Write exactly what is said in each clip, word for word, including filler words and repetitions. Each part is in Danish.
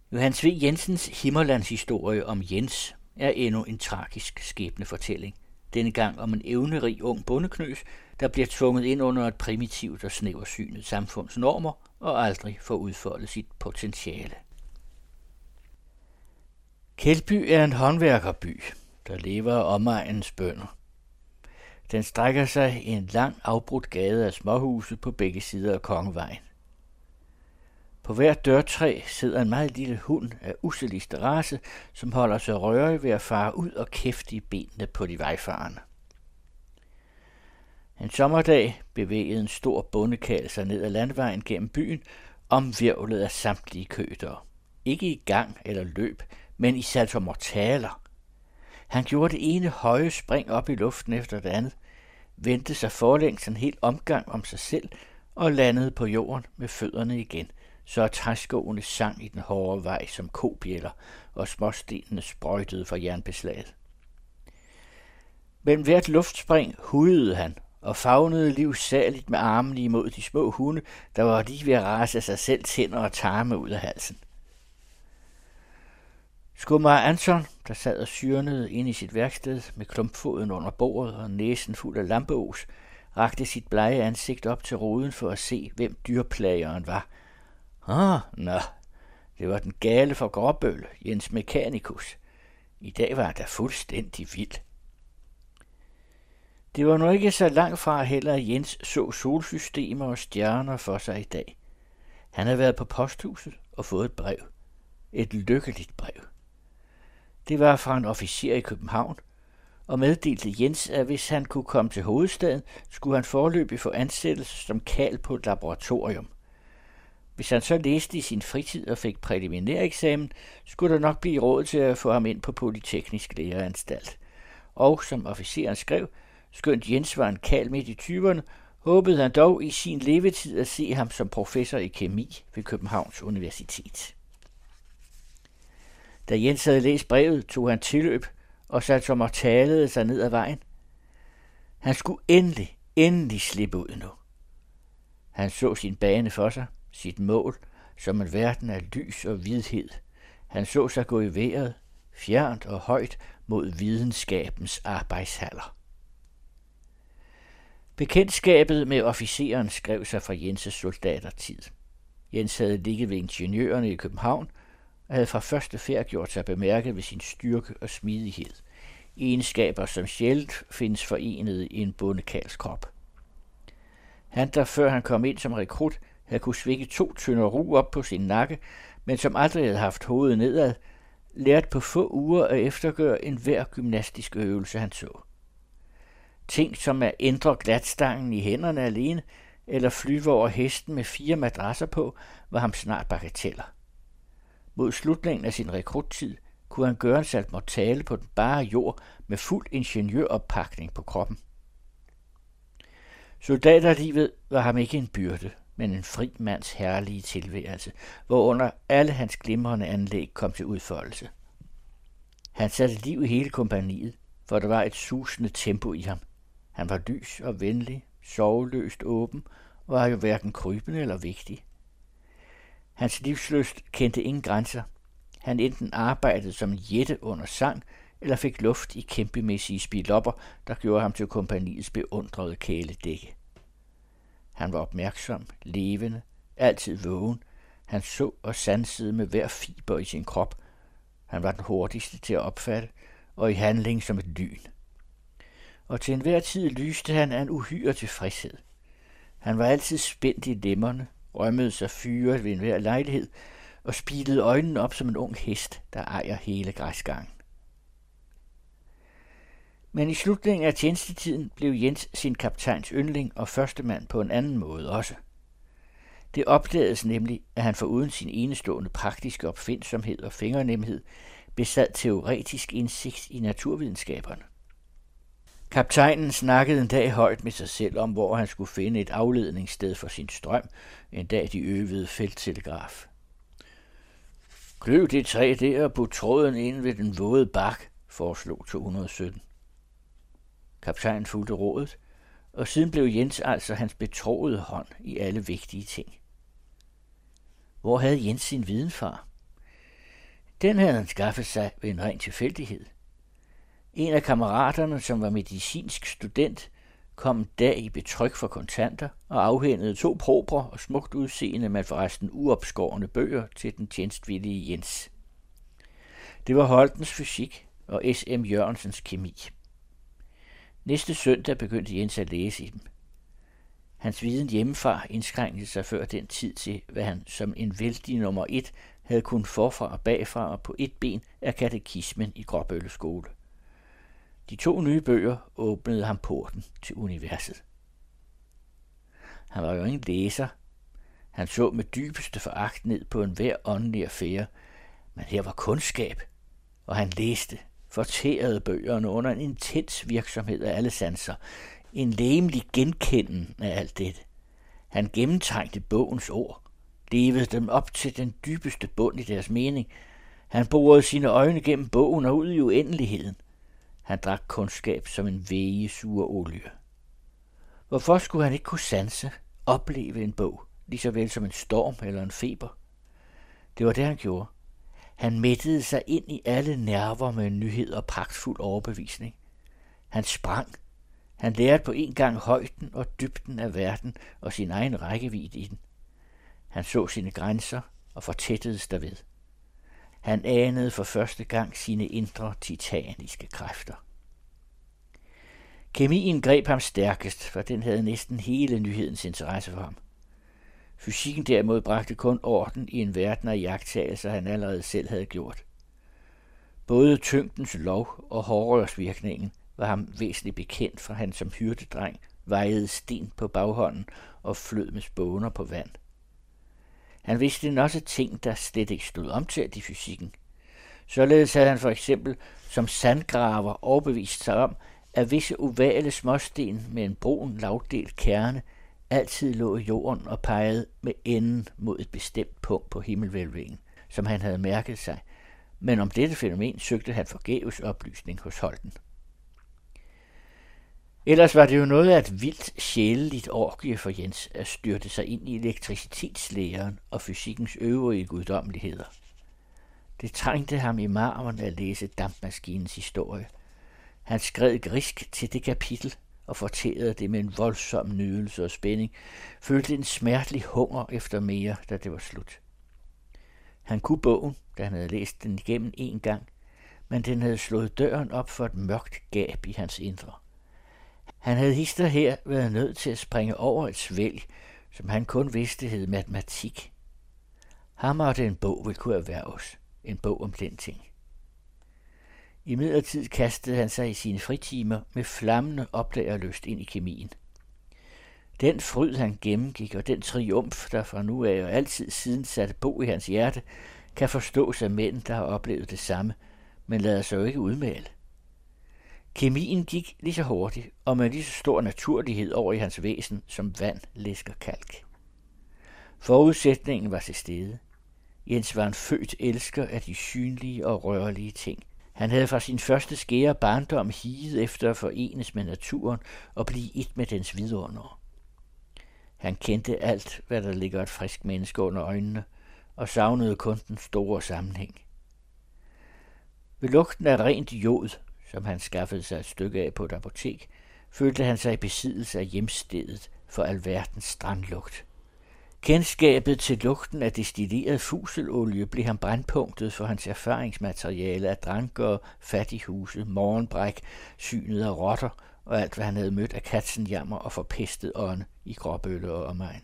Johannes V. Jensens Himmerlandshistorie om Jens er endnu en tragisk skæbnefortælling. Denne gang om en evnerig ung bondeknøs, der bliver tvunget ind under et primitivt og snæversynet samfunds normer og aldrig får udfoldet sit potentiale. Kjeldby er en håndværkerby, der lever af omegnens bønder. Den strækker sig i en lang afbrudt gade af småhuse på begge sider af Kongevejen. På hver dørtræ sidder en meget lille hund af usseligste race, som holder sig rørig ved at fare ud og kæfte i benene på de vejfarende. En sommerdag bevægede en stor bondekal sig ned ad landvejen gennem byen, omhvirvlet af samtlige kødere. Ikke i gang eller løb, men i saltomortaler. Han gjorde det ene høje spring op i luften efter det andet, vendte sig forlængst en hel omgang om sig selv og landede på jorden med fødderne igen, så træskoene sang i den hårde vej som kobjæller, og småstenene sprøjtede fra jernbeslaget. Mellem hvert luftspring hudede han og favnede livsaligt med armene imod de små hunde, der var lige ved at rase sig selv tænder og tarme ud af halsen. Skomager Anton, der sad og syrnede ind i sit værksted med klumpfoden under bordet og næsen fuld af lampeos, rakte sit blege ansigt op til ruden for at se, hvem dyrplageren var. Ah, nå, det var den gale for Gråbøl, Jens Mechanikus. I dag var han da fuldstændig vild. Det var nu ikke så langt fra heller, at Jens så solsystemer og stjerner for sig i dag. Han havde været på posthuset og fået et brev. Et lykkeligt brev. Det var fra en officer i København, og meddelte Jens, at hvis han kunne komme til hovedstaden, skulle han foreløbig få ansættelse som karl på et laboratorium. Hvis han så læste i sin fritid og fik præliminær eksamen, skulle der nok blive råd til at få ham ind på Polyteknisk Læreanstalt. Og som officeren skrev, skønt Jens var en karl midt i tyverne, håbede han dog i sin levetid at se ham som professor i kemi ved Københavns Universitet. Da Jens havde læst brevet, tog han tilløb og saltomortalede sig ned ad vejen. Han skulle endelig, endelig slippe ud nu. Han så sin bane for sig, sit mål, som en verden af lys og hvidhed. Han så sig gå i vejret, fjernt og højt mod videnskabens arbejdshaller. Bekendtskabet med officeren skrev sig fra Jenses soldatertid. Jens havde ligget ved ingeniørerne i København og havde fra første færd gjort sig bemærket ved sin styrke og smidighed, egenskaber som sjældent findes forenet i en bondekals krop. Han, der før han kom ind som rekrut, havde kunne svinge to tønder ru op på sin nakke, men som aldrig havde haft hovedet nedad, lærte på få uger at eftergøre enhver gymnastisk øvelse, han så. Ting som at ændre glatstangen i hænderne alene, eller flyve over hesten med fire madrasser på, var ham snart bagateller. Mod slutningen af sin rekruttid kunne han gøre en saltomortale på den bare jord med fuld ingeniøroppakning på kroppen. Soldaterlivet var ham ikke en byrde, men en fri mands herlige tilværelse, hvorunder alle hans glimrende anlæg kom til udfoldelse. Han satte liv i hele kompagniet, for der var et susende tempo i ham. Han var lys og venlig, sorgløst åben, og var jo hverken krybende eller vigtig. Hans livslyst kendte ingen grænser. Han enten arbejdede som en jætte under sang, eller fik luft i kæmpemæssige spilopper, der gjorde ham til kompagniets beundrede kæledække. Han var opmærksom, levende, altid vågen. Han så og sansede med hver fiber i sin krop. Han var den hurtigste til at opfatte, og i handling som et lyn. Og til enhver tid lyste han af en uhyre tilfredshed. Han var altid spændt i lemmerne, rømmede sig fyret ved enhver lejlighed og spilede øjnene op som en ung hest, der ejer hele græsgangen. Men i slutningen af tjenestetiden blev Jens sin kaptajns yndling og førstemand på en anden måde også. Det opdagedes nemlig, at han foruden sin enestående praktiske opfindsomhed og fingernemhed besad teoretisk indsigt i naturvidenskaberne. Kaptajnen snakkede en dag højt med sig selv om, hvor han skulle finde et afledningssted for sin strøm, en dag de øvede felttelegraf. Kløv det træ der og put tråden ind ved den våde bak, foreslog to hundrede og sytten. Kaptajnen fulgte rådet, og siden blev Jens altså hans betroede hånd i alle vigtige ting. Hvor havde Jens sin viden fra? Den havde han skaffet sig ved en ren tilfældighed. En af kammeraterne, som var medicinsk student, kom en dag i betryk for kontanter og afhændede to propre og smukt udseende, men forresten uopskårne bøger til den tjenstvillige Jens. Det var Holtens fysik og S M Jørgensens kemi. Næste søndag begyndte Jens at læse i dem. Hans viden hjemmefra indskrænkede sig før den tid til, hvad han som en vældig nummer et havde kun forfra og bagfra og på et ben af katekismen i Gråbølle skole. De to nye bøger åbnede ham porten til universet. Han var jo ingen læser. Han så med dybeste foragt ned på enhver åndelig affære, men her var kundskab, og han læste, fortærede bøgerne under en intens virksomhed af alle sanser, en legemlig genkenden af alt dette. Han gennemtrængte bogens ord, levede dem op til den dybeste bund i deres mening. Han borede sine øjne gennem bogen og ud i uendeligheden. Han drak kundskab som en vægesur olie. Hvorfor skulle han ikke kunne sanse, opleve en bog, lige så vel som en storm eller en feber? Det var det, han gjorde. Han mættede sig ind i alle nerver med en nyhed og pragtfuld overbevisning. Han sprang. Han lærte på en gang højden og dybden af verden og sin egen rækkevidde i den. Han så sine grænser og fortættedes derved. Han anede for første gang sine indre titaniske kræfter. Kemien greb ham stærkest, for den havde næsten hele nyhedens interesse for ham. Fysikken derimod bragte kun orden i en verden af iagttagelser, han allerede selv havde gjort. Både tyngdens lov og hårdrørsvirkningen var ham væsentligt bekendt, fra han som hyrdedreng vejede sten på baghånden og flød med spåner på vand. Han vidste også ting, der slet ikke stod omtalt i fysikken. Således havde han for eksempel som sandgraver overbevist sig om, at visse ovale småsten med en brun lavdelt kerne altid lå i jorden og pegede med enden mod et bestemt punkt på himmelvælvingen, som han havde mærket sig, men om dette fænomen søgte han forgæves oplysning hos Holten. Ellers var det jo noget af et vildt sjæleligt orgie for Jens at styrte sig ind i elektricitetslæren og fysikkens øvrige guddommeligheder. Det trængte ham i marven at læse dampmaskinens historie. Han skred grisk til det kapitel og fortærede det med en voldsom nydelse og spænding, følte en smertelig hunger efter mere, da det var slut. Han kunne bogen, da han havde læst den igennem en gang, men den havde slået døren op for et mørkt gab i hans indre. Han havde hister her været nødt til at springe over et svælg, som han kun vidste hed matematik. Ham måtte en bog vil kunne erhverves, en bog om den ting. I midlertid kastede han sig i sine fritimer med flammende oplagerlyst ind i kemien. Den fryd, han gennemgik, og den triumf, der fra nu af og altid siden satte bo i hans hjerte, kan forstås af mænd, der har oplevet det samme, men lader sig jo ikke udmale. Kemien gik lige så hurtigt og med lige så stor naturlighed over i hans væsen, som vand læsker kalk. Forudsætningen var til stede. Jens var en født elsker af de synlige og rørlige ting. Han havde fra sin første skære barndom higet efter at forenes med naturen og blive et med dens vidunder. Han kendte alt, hvad der ligger et frisk menneske under øjnene, og savnede kun den store sammenhæng. Ved lugten af rent jod, som han skaffede sig et stykke af på et apotek, følte han sig i besiddelse af hjemstedet for alverdens strandlugt. Kendskabet til lugten af destilleret fuselolie blev ham brandpunktet for hans erfaringsmateriale af dranker, fattighuse, morgenbræk, synet af rotter og alt, hvad han havde mødt af katzenjammer og forpestet ånde i Gråbølle og omegn.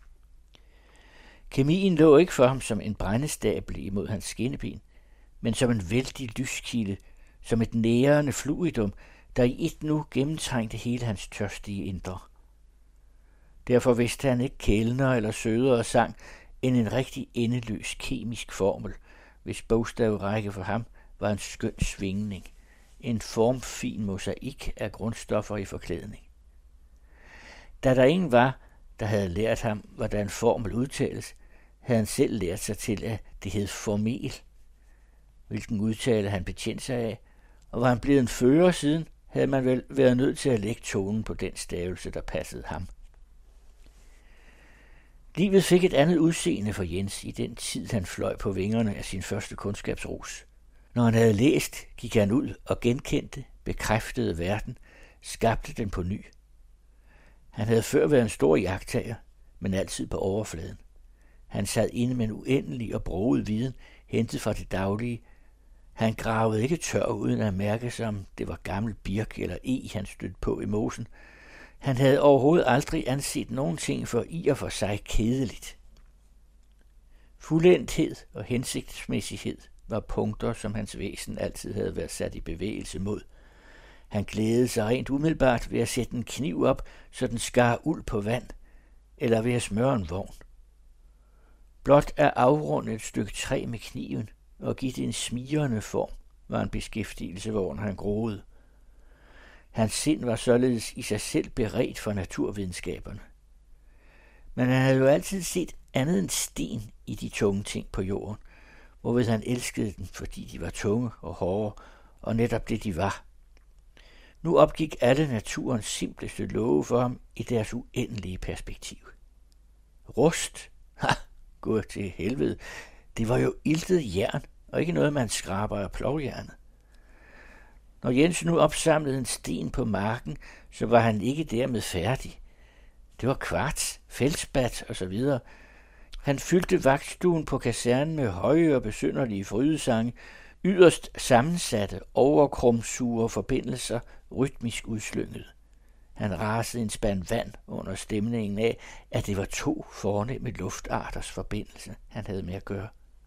Kemien lå ikke for ham som en brændestabel imod hans skinneben, men som en vældig lyskilde, som et nærende fluidum, der i et nu gennemtrængte hele hans tørstige indre. Derfor vidste han ikke kælner eller sødere sang end en rigtig endeløs kemisk formel, hvis bogstavrække for ham var en skøn svingning, en formfin mosaik af grundstoffer i forklædning. Da der ingen var, der havde lært ham, hvordan formel udtales, havde han selv lært sig til, at det hed formel, hvilken udtale han betjente sig af, og var han blevet en fører siden, havde man vel været nødt til at lægge tonen på den stavelse, der passede ham. Livet fik et andet udseende for Jens i den tid, han fløj på vingerne af sin første kundskabsrus. Når han havde læst, gik han ud og genkendte, bekræftede verden, skabte den på ny. Han havde før været en stor iagttager, men altid på overfladen. Han sad inde med en uendelig og broget viden, hentet fra det daglige. Han gravede ikke tør uden at mærke, som det var gammel birk eller e, han stødte på i mosen. Han havde overhovedet aldrig anset nogen ting for i og for sig kedeligt. Fuldendthed og hensigtsmæssighed var punkter, som hans væsen altid havde været sat i bevægelse mod. Han glædede sig rent umiddelbart ved at sætte en kniv op, så den skar uld på vand, eller ved at smøre en vogn. Blot at afrunde et stykke træ med kniven og give det en smirrende form, var en beskæftigelse, hvor han groede. Hans sind var således i sig selv beredt for naturvidenskaberne. Men han havde jo altid set andet end sten i de tunge ting på jorden, hvorved han elskede dem, fordi de var tunge og hårde, og netop det de var. Nu opgik alle naturens simpleste love for ham i deres uendelige perspektiv. Rust? Ha! Gå til helvede. Det var jo iltet jern, og ikke noget, man skraber af plovjernet. Når Jens nu opsamlede en sten på marken, så var han ikke dermed færdig. Det var kvarts, feldspat og så videre. Han fyldte vagtstuen på kasernen med høje og besynderlige frydesange, yderst sammensatte, overkrumsure forbindelser, rytmisk udslynget. Han rasede en spand vand under stemningen af, at det var to fornemme luftarters forbindelse, han havde med at gøre.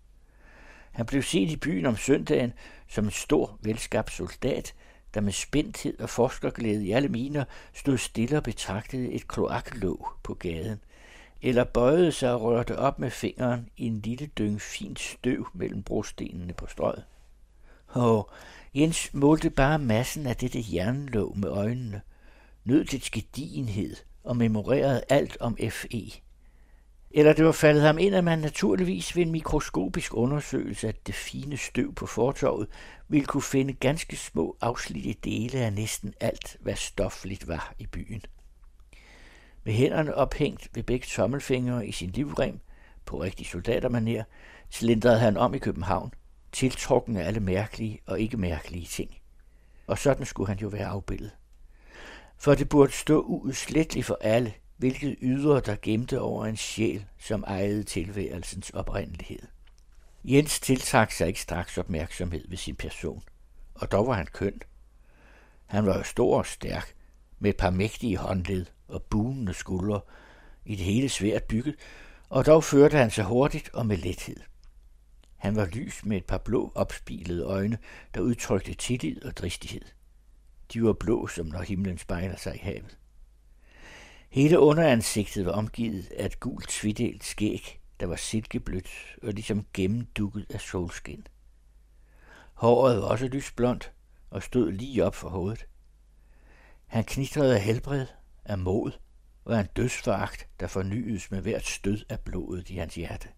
Han blev set i byen om søndagen som en stor, velskabt soldat, der med spændthed og forskerglæde i alle miner stod stille og betragtede et kloaklåg på gaden, eller bøjede sig og rørte op med fingeren i en lille dynge fint støv mellem brostenene på strøget. Og Jens målte bare massen af dette jernlåg med øjnene, nød dets gedigenhed og memorerede alt om F E. Eller det var faldet ham ind, at man naturligvis ved en mikroskopisk undersøgelse af det fine støv på fortovet ville kunne finde ganske små afslidte dele af næsten alt, hvad stofligt var i byen. Med hænderne ophængt ved begge tommelfingre i sin livrem, på rigtig soldatermanér, slendrede han om i København, tiltrukken af alle mærkelige og ikke mærkelige ting. Og sådan skulle han jo være afbildet. For det burde stå uudsletteligt for alle, hvilket ydre der gemte over en sjæl, som ejede tilværelsens oprindelighed. Jens tiltrak sig ikke straks opmærksomhed ved sin person, og dog var han køn. Han var jo stor og stærk, med et par mægtige håndled og bugnende skuldre, i det hele svært bygget, og dog førte han sig hurtigt og med lethed. Han var lys med et par blå opspilede øjne, der udtrykte tillid og dristighed. De var blå, som når himlen spejler sig i havet. Hele underansigtet var omgivet af et gult tvidelt skæg, der var silkeblødt og ligesom gennemdukket af solskin. Håret var også lysblondt og stod lige op for hovedet. Han knitrede af helbred, af mod og af en dødsforagt, der fornyedes med hvert stød af blodet i hans hjerte.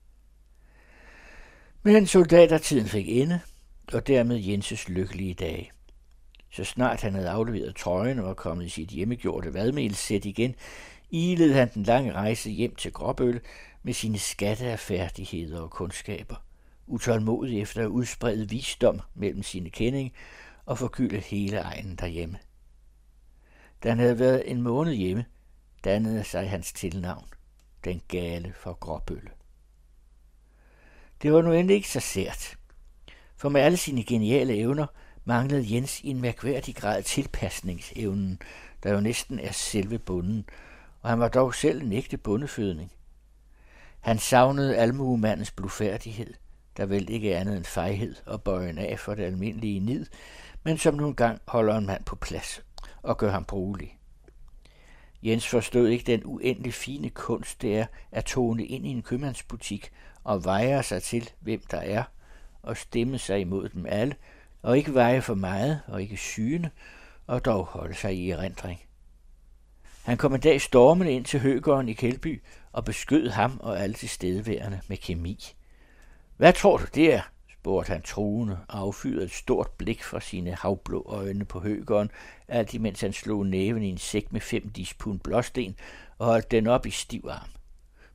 Men soldatertiden fik ende, og dermed Jenses lykkelige dage. Så snart han havde afleveret trøjen og var kommet i sit hjemmegjorte vadmelssæt igen, ilede han den lange rejse hjem til Gråbølle med sine skatte af færdigheder og kundskaber, utålmodig efter at udsprede visdom mellem sine kending og forgylde hele egnen derhjemme. Da han havde været en måned hjemme, dannede sig hans tilnavn, den gale for Gråbølle. Det var nu endelig ikke så sært, for med alle sine geniale evner manglede Jens i en mærkværdig grad tilpasningsevnen, der jo næsten er selve bunden, og han var dog selv en ægte bondefødning. Han savnede almuemandens blufærdighed, der vel ikke er andet end fejhed og bøjen af for det almindelige nid, men som nogle gang holder en mand på plads og gør ham brugelig. Jens forstod ikke den uendelig fine kunst, det er at tone ind i en købmandsbutik og veje sig til, hvem der er, og stemme sig imod dem alle, og ikke veje for meget og ikke syne, og dog holde sig i erindring. Han kom en dag stormende ind til Høgården i Kjeldby og beskød ham og alle tilstedeværende med kemi. Hvad tror du det er? Spurgte han truende og affyrede et stort blik fra sine havblå øjne på Høgården, alt imens han slog næven i en sæk med fem dispund blåsten og holdt den op i stiv arm.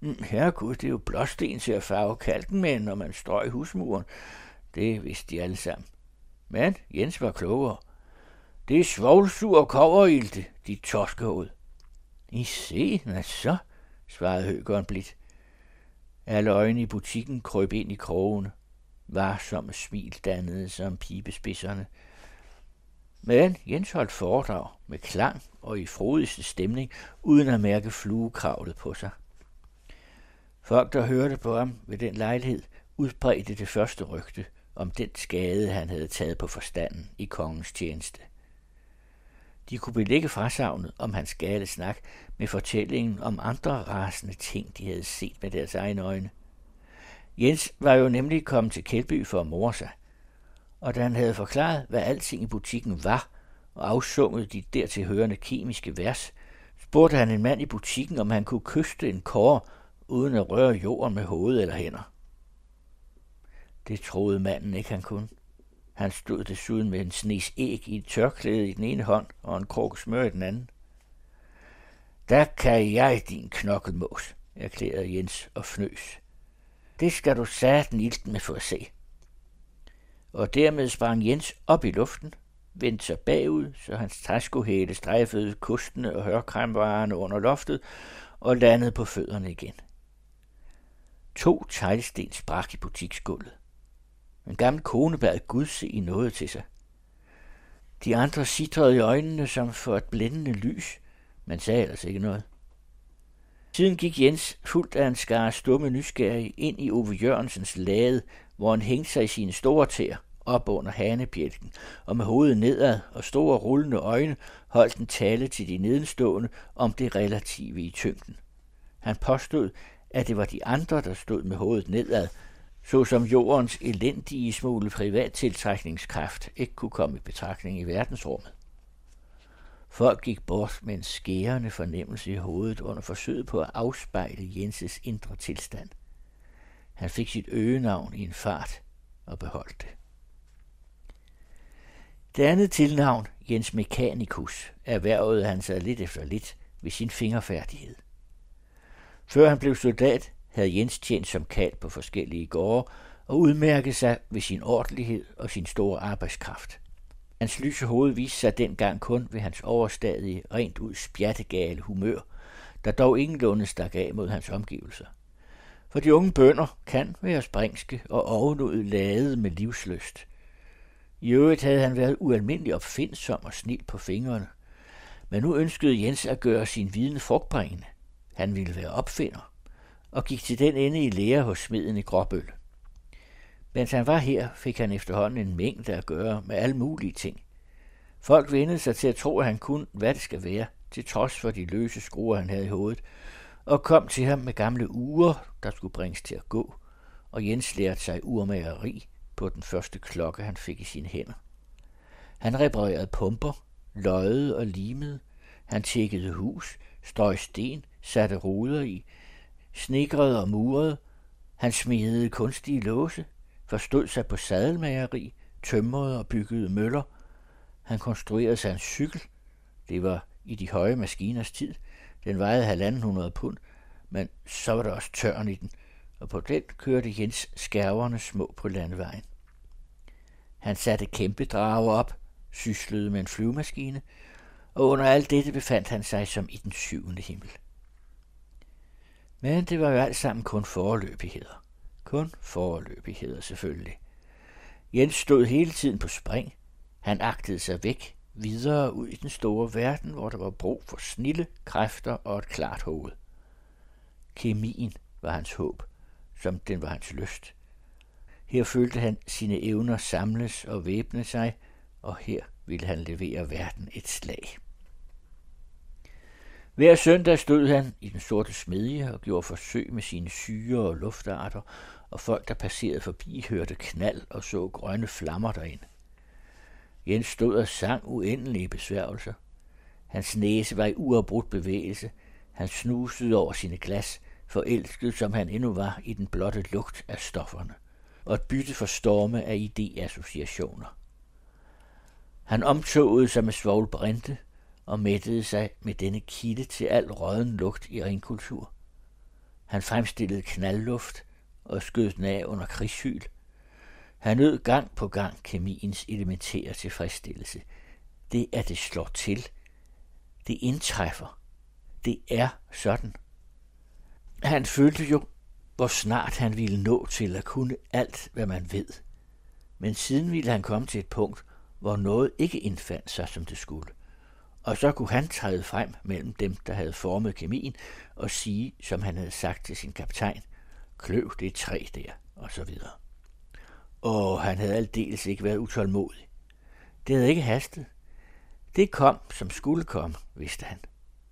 Herregud, det er jo blåsten til at farve kalken med, når man strøg husmuren. Det vidste de alle sammen. Men Jens var klogere. Det er svovlsur og kobberilte, de torskehoved. I se, hvad så, svarede høgeren blidt. Alle øjne i butikken krøb ind i krogene. Varsomme smil dannede sig om pibespidserne. Men Jens holdt foredrag med klang og i frodigste stemning, uden at mærke fluekravlet på sig. Folk, der hørte på ham ved den lejlighed, udbredte det første rygte om den skade, han havde taget på forstanden i kongens tjeneste. De kunne belægge frasagnet om hans gale snak med fortællingen om andre rasende ting, de havde set med deres egne øjne. Jens var jo nemlig kommet til Kjeldby for at more sig, og da han havde forklaret, hvad alting i butikken var, og afsunget de dertil hørende kemiske vers, spurgte han en mand i butikken, om han kunne kyste en kåre, uden at røre jorden med hoved eller hænder. Det troede manden ikke, han kunne. Han stod desuden med en snes æg i et tørklæde i den ene hånd og en krukke smør i den anden. Der kan jeg, din knokkelmås, erklærede Jens og fnøs. Det skal du satan ilten med for at se. Og dermed sprang Jens op i luften, vendte sig bagud, så hans træskohæle strejfede kostene og hørkremvarerne under loftet og landede på fødderne igen. To teglsten sprak i butiksgulvet. En gammel kone bad Gud se i noget til sig. De andre sitrede i øjnene som for et blændende lys, men sagde ellers ikke noget. Siden gik Jens fuldt af en skare stumme nysgerrige ind i Ove Jørgensens lade, hvor han hængte sig i sine store tæer op under hanebjælken, og med hovedet nedad og store rullende øjne holdt en tale til de nedenstående om det relative i tyngden. Han påstod, at det var de andre, der stod med hovedet nedad, såsom jordens elendige smule privat tiltrækningskraft ikke kunne komme i betragtning i verdensrummet. Folk gik bort med en skærende fornemmelse i hovedet under forsøget på at afspejle Jenses indre tilstand. Han fik sit øgenavn i en fart og beholdt det. Det andet tilnavn, Jens Mechanicus, erhvervede han sig lidt efter lidt ved sin fingerfærdighed. Før han blev soldat, havde Jens tjent som kald på forskellige gårde og udmærket sig ved sin ordentlighed og sin store arbejdskraft. Hans lyse hoved viste sig dengang kun ved hans overstadige, rent ud spjattegale humør, der dog ingenlunde stak af mod hans omgivelser. For de unge bønder kan være springske og ovenud ladet med livslyst. I øvrigt havde han været ualmindelig opfindsom og snil på fingrene, men nu ønskede Jens at gøre sin viden frugtbringende. Han ville være opfinder og gik til den ende i lære hos smeden i Gråbøl. Mens han var her, fik han efterhånden en mængde at gøre med alle mulige ting. Folk vendte sig til at tro, at han kunne, hvad det skal være, til trods for de løse skruer, han havde i hovedet, og kom til ham med gamle ure, der skulle bringes til at gå, og Jens lærte sig urmageri på den første klokke, han fik i sine hænder. Han reparerede pumper, løjede og limede, han tjekkede hus, strøg sten, satte ruder i, snekrede og murede, han smedede kunstige låse, forstod sig på sadelmageri, tømrede og byggede møller. Han konstruerede sig en cykel. Det var i de høje maskiners tid. Den vejede halvanden hundrede pund, men så var der også tørn i den, og på den kørte Jens skærverne små på landevejen. Han satte kæmpe drager op, syslede med en flyvemaskine, og under alt dette befandt han sig som i den syvende himmel. Men det var jo alt sammen kun foreløbigheder. Kun foreløbigheder selvfølgelig. Jens stod hele tiden på spring. Han agtede sig væk, videre ud i den store verden, hvor der var brug for snilde, kræfter og et klart hoved. Kemien var hans håb, som den var hans lyst. Her følte han sine evner samles og væbne sig, og her ville han levere verden et slag. Hver søndag stod han i den sorte smedje og gjorde forsøg med sine syre og luftarter, og folk, der passerede forbi, hørte knald og så grønne flammer derind. Jens stod og sang uendelige besværgelser. Hans næse var i uafbrudt bevægelse. Han snusede over sine glas, forelsket som han endnu var i den blotte lugt af stofferne, og et bytte for storme af idéassociationer. Han omtogede sig med svovlbrinte og mættede sig med denne kilde til al rådden lugt i ringkultur. Han fremstillede knaldluft og skød den af under krigshyl. Han nød gang på gang kemiens elementære tilfredsstillelse. Det, at det slår til. Det indtræffer. Det er sådan. Han følte jo, hvor snart han ville nå til at kunne alt, hvad man ved. Men siden ville han komme til et punkt, hvor noget ikke indfandt sig, som det skulle. Og så kunne han træde frem mellem dem, der havde formet kemien, og sige, som han havde sagt til sin kaptajn, kløv det træ der, og så videre. Og han havde aldeles ikke været utålmodig. Det havde ikke hastet. Det kom, som skulle komme, vidste han.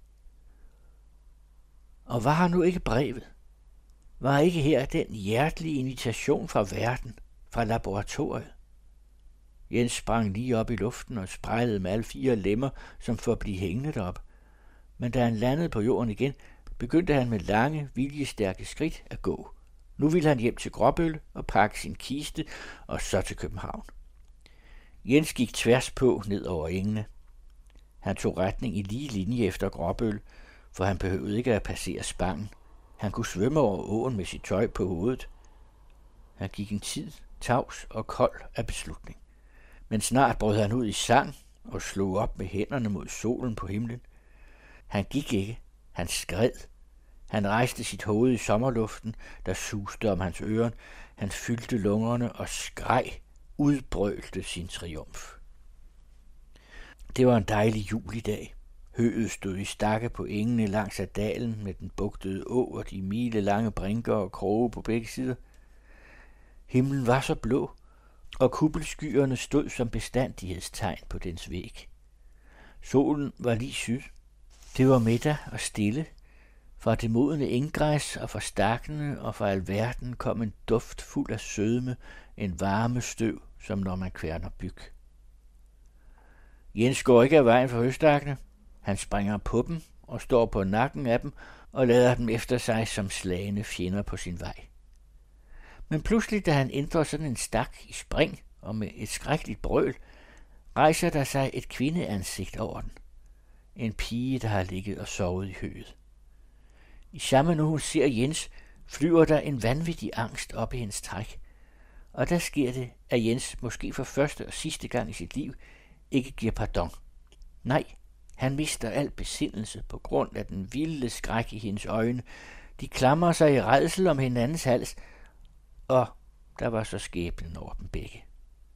Og var han nu ikke brevet? Var ikke her den hjertelige invitation fra verden, fra laboratoriet? Jens sprang lige op i luften og sprællede med alle fire lemmer, som for at blive hængende derop. Men da han landede på jorden igen, begyndte han med lange, viljestærke skridt at gå. Nu ville han hjem til Gråbølle og pakke sin kiste, og så til København. Jens gik tværs på ned over engene. Han tog retning i lige linje efter Gråbølle, for han behøvede ikke at passere Spangen. Han kunne svømme over åen med sit tøj på hovedet. Han gik en tid tavs og kold af beslutning. Men snart brød han ud i sang og slog op med hænderne mod solen på himlen. Han gik ikke, han skred. Han rejste sit hoved i sommerluften, der suste om hans øren. Han fyldte lungerne og skreg, udbrølte sin triumf. Det var en dejlig julidag. Høet stod i stakke på engene langs af dalen med den bugtede å og de mile lange brinker og kroge på begge sider. Himlen var så blå, og kuppelskyerne stod som bestandighedstegn på dens væg. Solen var lige syd. Det var middag og stille. Fra det modne enggræs og fra stakkene og fra alverden kom en duft fuld af sødme, en varme støv, som når man kværner byg. Jens går ikke af vejen for høstakkene. Han springer på dem og står på nakken af dem og lader dem efter sig som slagne fjender på sin vej. Men pludselig, da han ændrer sådan en stak i spring og med et skrækkeligt brøl, rejser der sig et kvindeansigt over den. En pige, der har ligget og sovet i høet. I samme nu hun ser Jens, flyver der en vanvittig angst op i hendes træk. Og der sker det, at Jens måske for første og sidste gang i sit liv ikke giver pardon. Nej, han mister al besindelse på grund af den vilde skræk i hendes øjne. De klamrer sig i rædsel om hinandens hals, og der var så skæbnen over dem begge.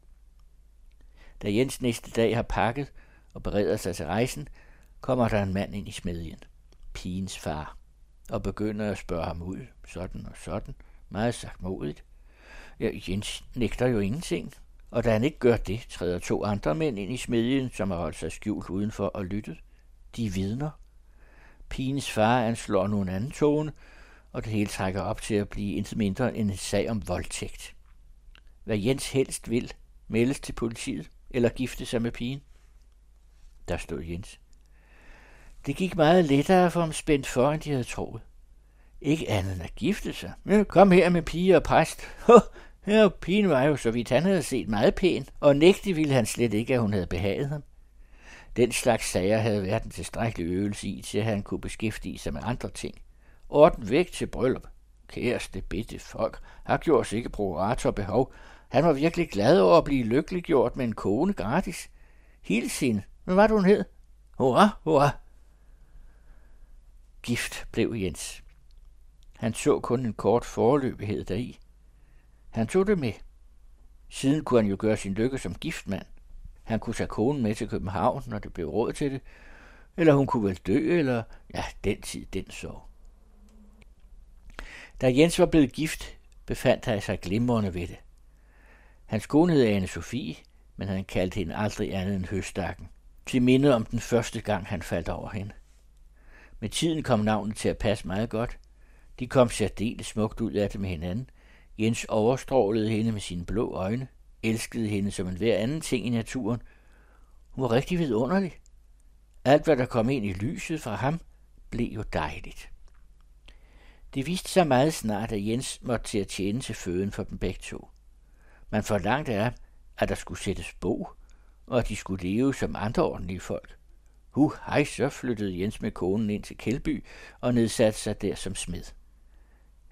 Da Jens næste dag har pakket og bereder sig til rejsen, kommer der en mand ind i smedjen, pigens far, og begynder at spørge ham ud, sådan og sådan, meget sagtmodigt. Ja, Jens nægter jo ingenting, og da han ikke gør det, træder to andre mænd ind i smedjen, som har holdt sig skjult udenfor og lyttet. De vidner. Pigens far anslår nu en anden tone, og det hele trækker op til at blive intet mindre end en sag om voldtægt. Hvad Jens helst vil, meldes til politiet eller gifte sig med pigen. Der stod Jens. Det gik meget lettere for ham spændt for, end de havde troet. Ikke andet end at gifte sig. Ja, kom her med pige og præst. Ja, pigen var jo, så vidt han havde set, meget pæn, og nægtig ville han slet ikke, at hun havde behaget ham. Den slags sager havde været en tilstrækkelig øvelse i, til at han kunne beskæftige sig med andre ting. Orden væk til bryllup. Kæreste bitte folk har gjort sig ikke prokurator behov. Han var virkelig glad over at blive lykkeliggjort med en kone gratis. Hils hende. Hvad var det, hun hed? Hurra, hurra. Gift blev Jens. Han så kun en kort foreløbighed deri. Han tog det med. Siden kunne han jo gøre sin lykke som giftmand. Han kunne tage konen med til København, når det blev råd til det. Eller hun kunne vel dø, eller ja, den tid, den så. Da Jens var blevet gift, befandt han sig glimrende ved det. Hans kone hed Ane Sofie, men han kaldte hende aldrig andet end høstakken, til minde om den første gang, han faldt over hende. Med tiden kom navnet til at passe meget godt. De kom særdeles smukt ud af det med hinanden. Jens overstrålede hende med sine blå øjne, elskede hende som en hver anden ting i naturen. Hun var rigtig vidunderlig. Alt, hvad der kom ind i lyset fra ham, blev jo dejligt. Det viste sig meget snart, at Jens måtte til at tjene til føden for dem begge to. Man forlangte af, at der skulle sættes bo, og at de skulle leve som andre ordentlige folk. Hu hej, så flyttede Jens med konen ind til Kjeldby og nedsatte sig der som smed.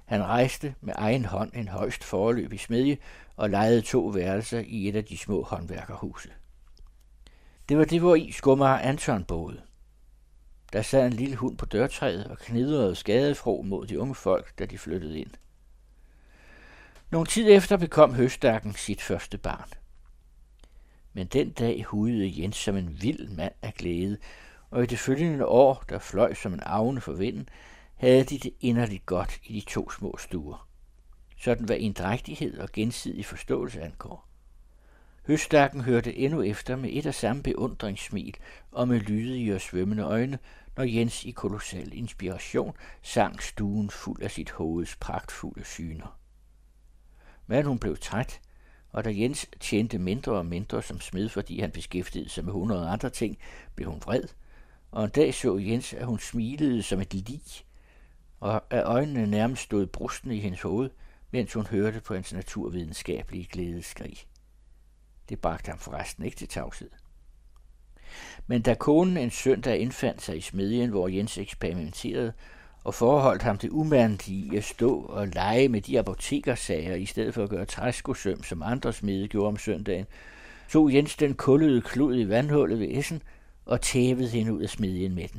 Han rejste med egen hånd en højst foreløbig smedje og lejede to værelser i et af de små håndværkerhuse. Det var det, hvor i skomager Anton boede. Der sad en lille hund på dørtræet og knidrede skadefro mod de unge folk, da de flyttede ind. Nogle tid efter bekom høstakken sit første barn. Men den dag hudede Jens som en vild mand af glæde, og i det følgende år, der fløj som en avne for vinden, havde de det inderligt godt i de to små stuer. Sådan hvad indrægtighed og gensidig forståelse angår. Høstakken hørte endnu efter med et og samme beundringssmil og med lydige og svømmende øjne, når Jens i kolossal inspiration sang stuen fuld af sit hoveds pragtfulde syner. Men hun blev træt, og da Jens tjente mindre og mindre som smed, fordi han beskæftigede sig med hundrede andre ting, blev hun vred, og en dag så Jens, at hun smilede som et lig, og at øjnene nærmest stod brustne i hendes hoved, mens hun hørte på hans naturvidenskabelige glædeskrig. Det bragte ham forresten ikke til tavshed. Men da konen en søndag indfandt sig i smedjen, hvor Jens eksperimenterede, og forholdt ham det umandelige i at stå og lege med de apotekersager, i stedet for at gøre træskosøm, som andre smede gjorde om søndagen, tog Jens den kullede klud i vandhullet ved Essen og tævede hende ud af smedjen med den.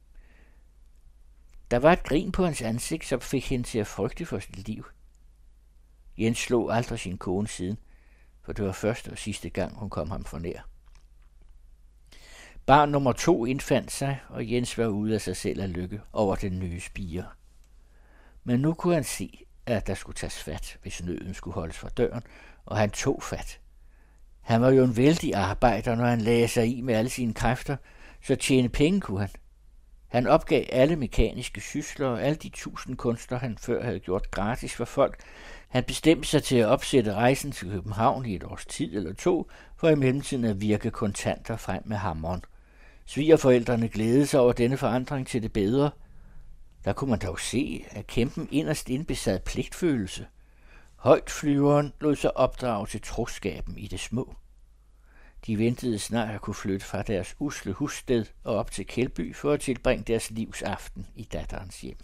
Der var et grin på hans ansigt, som fik hende til at frygte for sit liv. Jens slog aldrig sin kone siden, for det var første og sidste gang, hun kom ham for nær. Barn nummer to indfandt sig, og Jens var ude af sig selv af lykke over den nye spire. Men nu kunne han se, at der skulle tages fat, hvis nøden skulle holdes fra døren, og han tog fat. Han var jo en vældig arbejder, når han lagde sig i med alle sine kræfter, så tjene penge kunne han. Han opgav alle mekaniske sysler og alle de tusind kunster, han før havde gjort gratis for folk. Han bestemte sig til at opsætte rejsen til København i et års tid eller to, for i mellemtiden at virke kontanter frem med hammeren. Svigerforældrene glædede sig over denne forandring til det bedre. Der kunne man dog se, at kæmpen inderst indbesad pligtfølelse. Højtflyveren lod sig opdrage til troskaben i det små. De ventede snart at kunne flytte fra deres usle hussted og op til Kjeldby for at tilbringe deres livs aften i datterens hjem.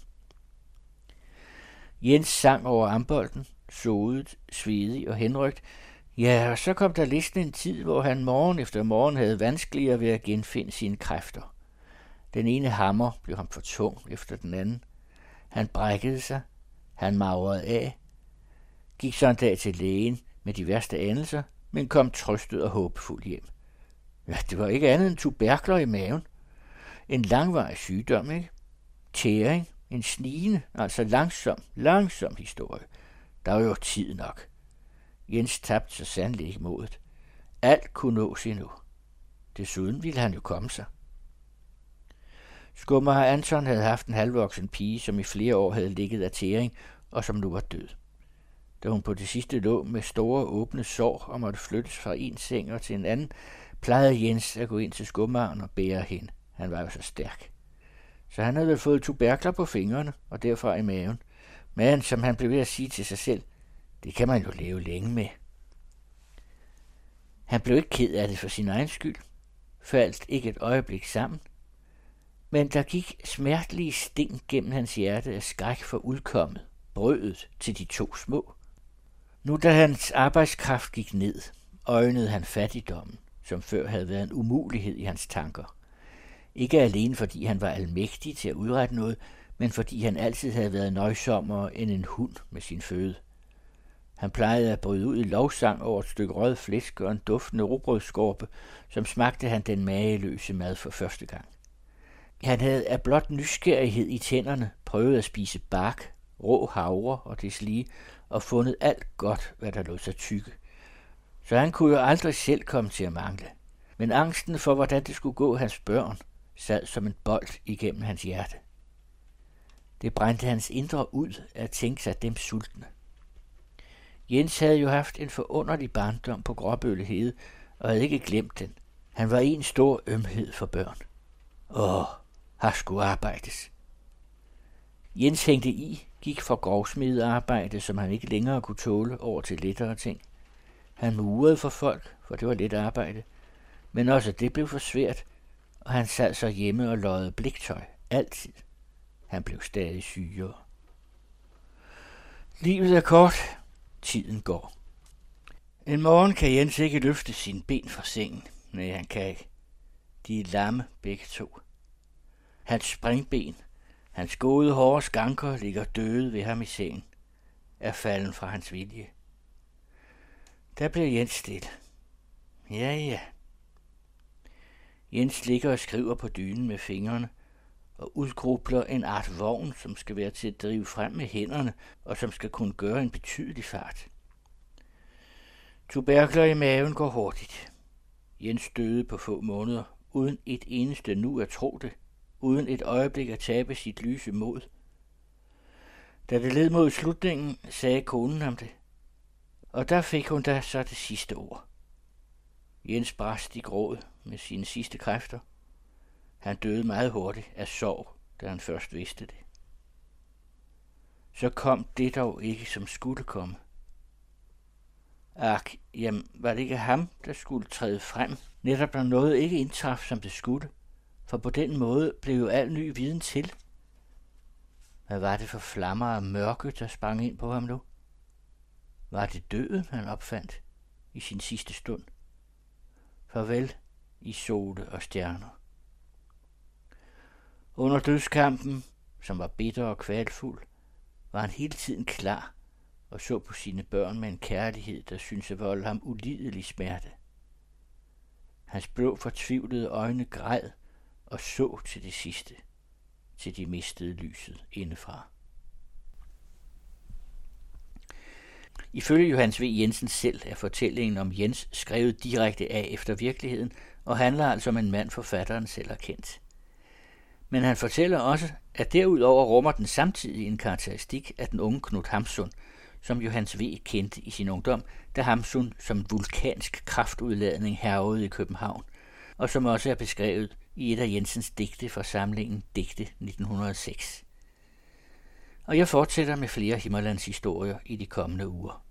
Jens sang over ambolten, sodet, svedig og henrygt. Ja, og så kom der listen en tid, hvor han morgen efter morgen havde vanskeligere ved at genfinde sine kræfter. Den ene hammer blev ham for tung efter den anden. Han brækkede sig, han magrede af, gik så en dag til lægen med de værste anelser, men kom trøstet og håbefuld hjem. Ja, det var ikke andet end tuberkler i maven. En langvarig sygdom, ikke? Tæring, en snigende, altså langsom, langsom historie. Der var jo tid nok. Jens tabte så sandelig ikke modet. Alt kunne nås endnu. Desuden ville han jo komme sig. Skomager Anton havde haft en halvvoksen pige, som i flere år havde ligget af tæring, og som nu var død. Da hun på det sidste lå med store åbne sår og måtte flyttes fra en seng og til en anden, plejede Jens at gå ind til skomageren og bære hende. Han var jo så stærk. Så han havde vel fået tuberkler på fingrene og derfra i maven. Men som han blev ved at sige til sig selv, det kan man jo leve længe med. Han blev ikke ked af det for sin egen skyld, faldt ikke et øjeblik sammen, men der gik smertelige sting gennem hans hjerte af skræk for udkommet, brødet til de to små. Nu da hans arbejdskraft gik ned, øjnede han fattigdommen, som før havde været en umulighed i hans tanker. Ikke alene fordi han var almægtig til at udrette noget, men fordi han altid havde været nøjsommere end en hund med sin føde. Han plejede at bryde ud i lovsang over et stykke rød flæsk og en duftende rugbrødsskorpe, som smagte han den mageløse mad for første gang. Han havde af blot nysgerrighed i tænderne prøvet at spise bark, rå havre og deslige, og fundet alt godt, hvad der lod sig tykke. Så han kunne jo aldrig selv komme til at mangle. Men angsten for, hvordan det skulle gå hans børn, sad som en bold igennem hans hjerte. Det brændte hans indre ud at tænke sig dem sultne. Jens havde jo haft en forunderlig barndom på Gråbølle Hede, og havde ikke glemt den. Han var en stor ømhed for børn. Åh, her skulle arbejdes. Jens hængte i, gik fra grovsmedearbejde, som han ikke længere kunne tåle, over til lettere ting. Han murede for folk, for det var let arbejde, men også det blev for svært, og han sad så hjemme og løjede bliktøj, altid. Han blev stadig sygere. Livet er kort, tiden går. En morgen kan Jens ikke løfte sine ben fra sengen. Nej, han kan ikke. De er lamme begge to. Hans springben, hans gode hårde skanker ligger døde ved ham i sengen, er falden fra hans vilje. Der bliver Jens stille. Ja, ja. Jens ligger og skriver på dynen med fingrene og udgrubler en art vogn, som skal være til at drive frem med hænderne og som skal kunne gøre en betydelig fart. Tuberkler i maven går hurtigt. Jens døde på få måneder, uden et eneste nu at tro det, uden et øjeblik at tabe sit lyse mod. Da det led mod slutningen, sagde konen ham det, og der fik hun da så det sidste ord. Jens brast i gråd med sine sidste kræfter. Han døde meget hurtigt af sorg, da han først vidste det. Så kom det dog ikke, som skulle komme. Ak, jamen, var det ikke ham, der skulle træde frem, netop når noget ikke indtraf, som det skulle? For på den måde blev jo al ny viden til. Hvad var det for flammer af mørke, der sprang ind på ham nu? Var det døden, han opfandt i sin sidste stund? Farvel i sole og stjerner. Under dødskampen, som var bitter og kvalfuld, var han hele tiden klar og så på sine børn med en kærlighed, der syntes at volde ham ulidelig smerte. Hans blå fortvivlede øjne græd og så til det sidste, til de mistede lyset indefra. Ifølge Johannes V. Jensen selv er fortællingen om Jens skrevet direkte af efter virkeligheden og handler altså om en mand, forfatteren selv har kendt. Men han fortæller også, at derudover rummer den samtidig en karakteristik af den unge Knud Hamsun, som Johannes V. kendte i sin ungdom, da Hamsun som vulkansk kraftudladning hærgede i København, og som også er beskrevet i et af Jensens digte fra samlingen Digte nitten hundrede og seks. Og jeg fortsætter med flere Himmerlands historier i de kommende uger.